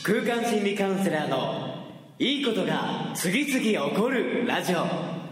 空間心理カウンセラーのいいことが次々起こるラジオ。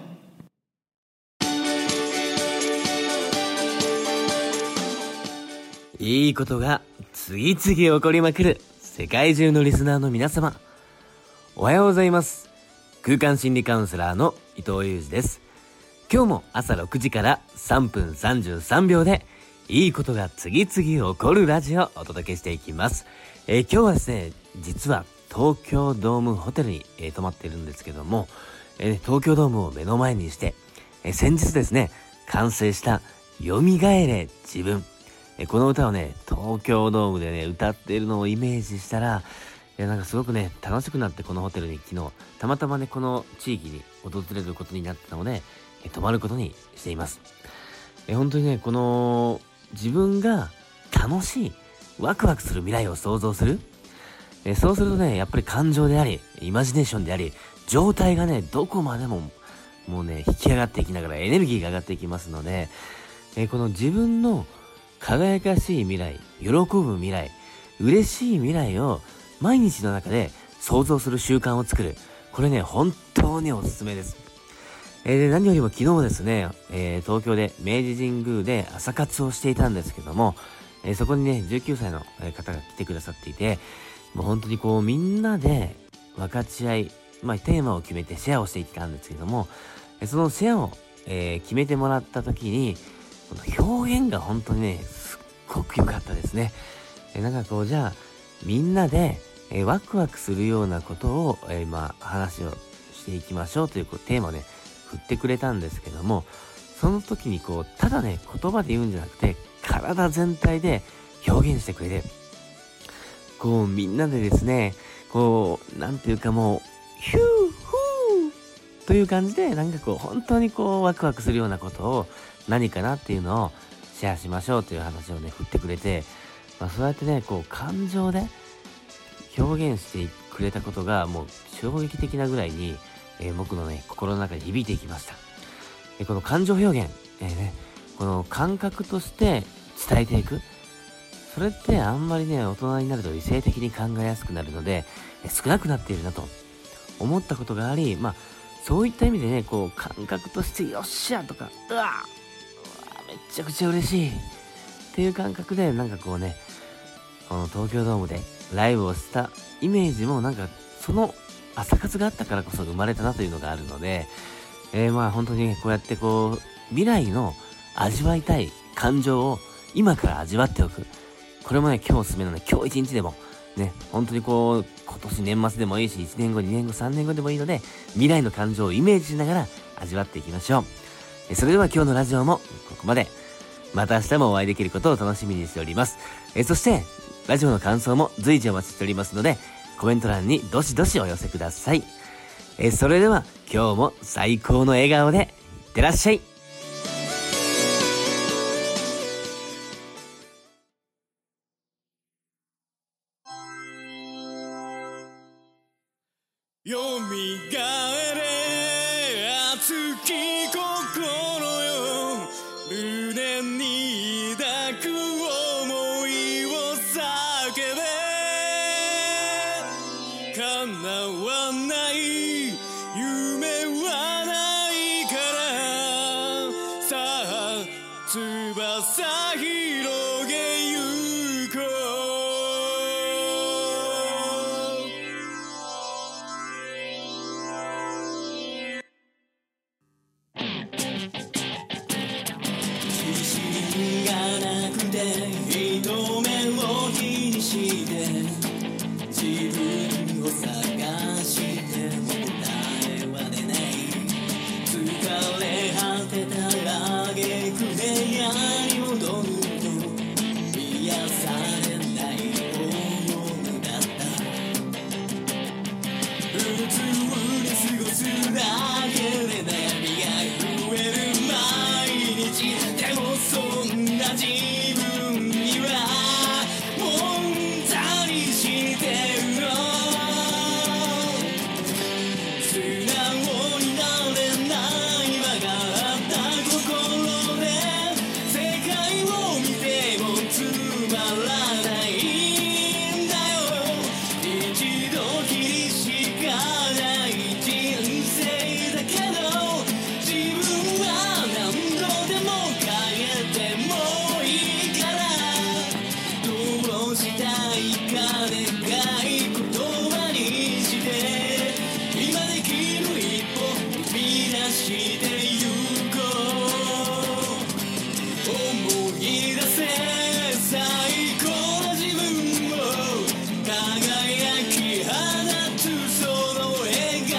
いいことが次々起こりまくる世界中のリスナーの皆様、おはようございます。空間心理カウンセラーの伊藤裕二です。今日も朝6時から3分33秒でいいことが次々起こるラジオをお届けしていきます。今日はですね、実は東京ドームホテルに、泊まっているんですけども、東京ドームを目の前にして、先日ですね完成した蘇れ自分、この歌をね東京ドームでね歌っているのをイメージしたら、なんかすごくね楽しくなって、このホテルに昨日たまたまねこの地域に訪れることになったので、泊まることにしています。本当にねこの自分が楽しいワクワクする未来を想像する、そうするとねやっぱり感情でありイマジネーションであり状態がねどこまでももうね引き上がっていきながらエネルギーが上がっていきますので、この自分の輝かしい未来、喜ぶ未来、嬉しい未来を毎日の中で想像する習慣を作る、これね本当におすすめです。何よりも昨日ですね、東京で明治神宮で朝活をしていたんですけども、そこにね19歳の方が来てくださっていて、もう本当にこうみんなで分かち合い、テーマを決めてシェアをしていったんですけども、そのシェアを、決めてもらった時にこの表現が本当にねすっごく良かったですね。なんかこうじゃあみんなで、ワクワクするようなことを、話をしていきましょうというテーマをね振ってくれたんですけども、その時にこうただね言葉で言うんじゃなくて体全体で表現してくれて、こうみんなでですねこうなんていうかもうヒューフーという感じで、なんかこう本当にこうワクワクするようなことを何かなっていうのをシェアしましょうという話をね振ってくれて、そうやってねこう感情で表現してくれたことがもう衝撃的なぐらいに、僕のね心の中に響いていきました。この感情表現、この感覚として伝えていく、それってあんまりね大人になると理性的に考えやすくなるので、少なくなっているなと思ったことがあり、そういった意味でねこう感覚としてよっしゃとかうわめっちゃくちゃ嬉しいっていう感覚で、なんかこうねこの東京ドームでライブをしたイメージもなんかその朝活があったからこそ生まれたなというのがあるので、本当にねこうやってこう未来の味わいたい感情を今から味わっておく、これもね今日おすすめなので、今日一日でもね本当にこう今年年末でもいいし1年後2年後3年後でもいいので、未来の感情をイメージしながら味わっていきましょう。それでは今日のラジオもここまで。また明日もお会いできることを楽しみにしております。そしてラジオの感想も随時お待ちしておりますので、コメント欄にどしどしお寄せください。それでは今日も最高の笑顔でいってらっしゃい。 よみがえれ熱き心よ、胸に抱く想いを叫べ、叶わない夢はないからさあ翼広げゆこう。 思い出せ最高の自分を輝き放つその笑顔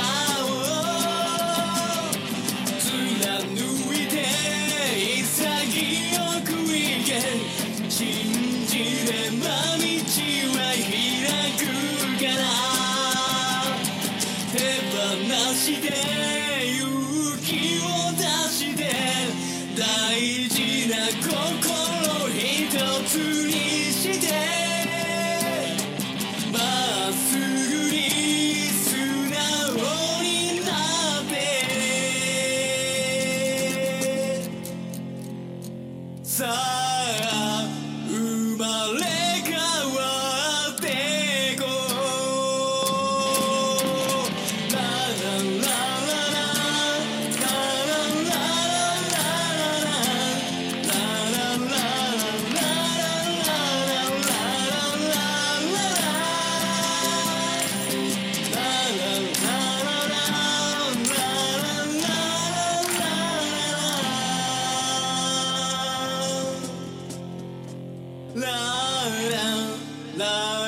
貫いて潔く生け信じれば道は開くから手放して勇気を出して大事な心一つにしてまっすぐに素直になってさあ生まれ変わってこうララララララ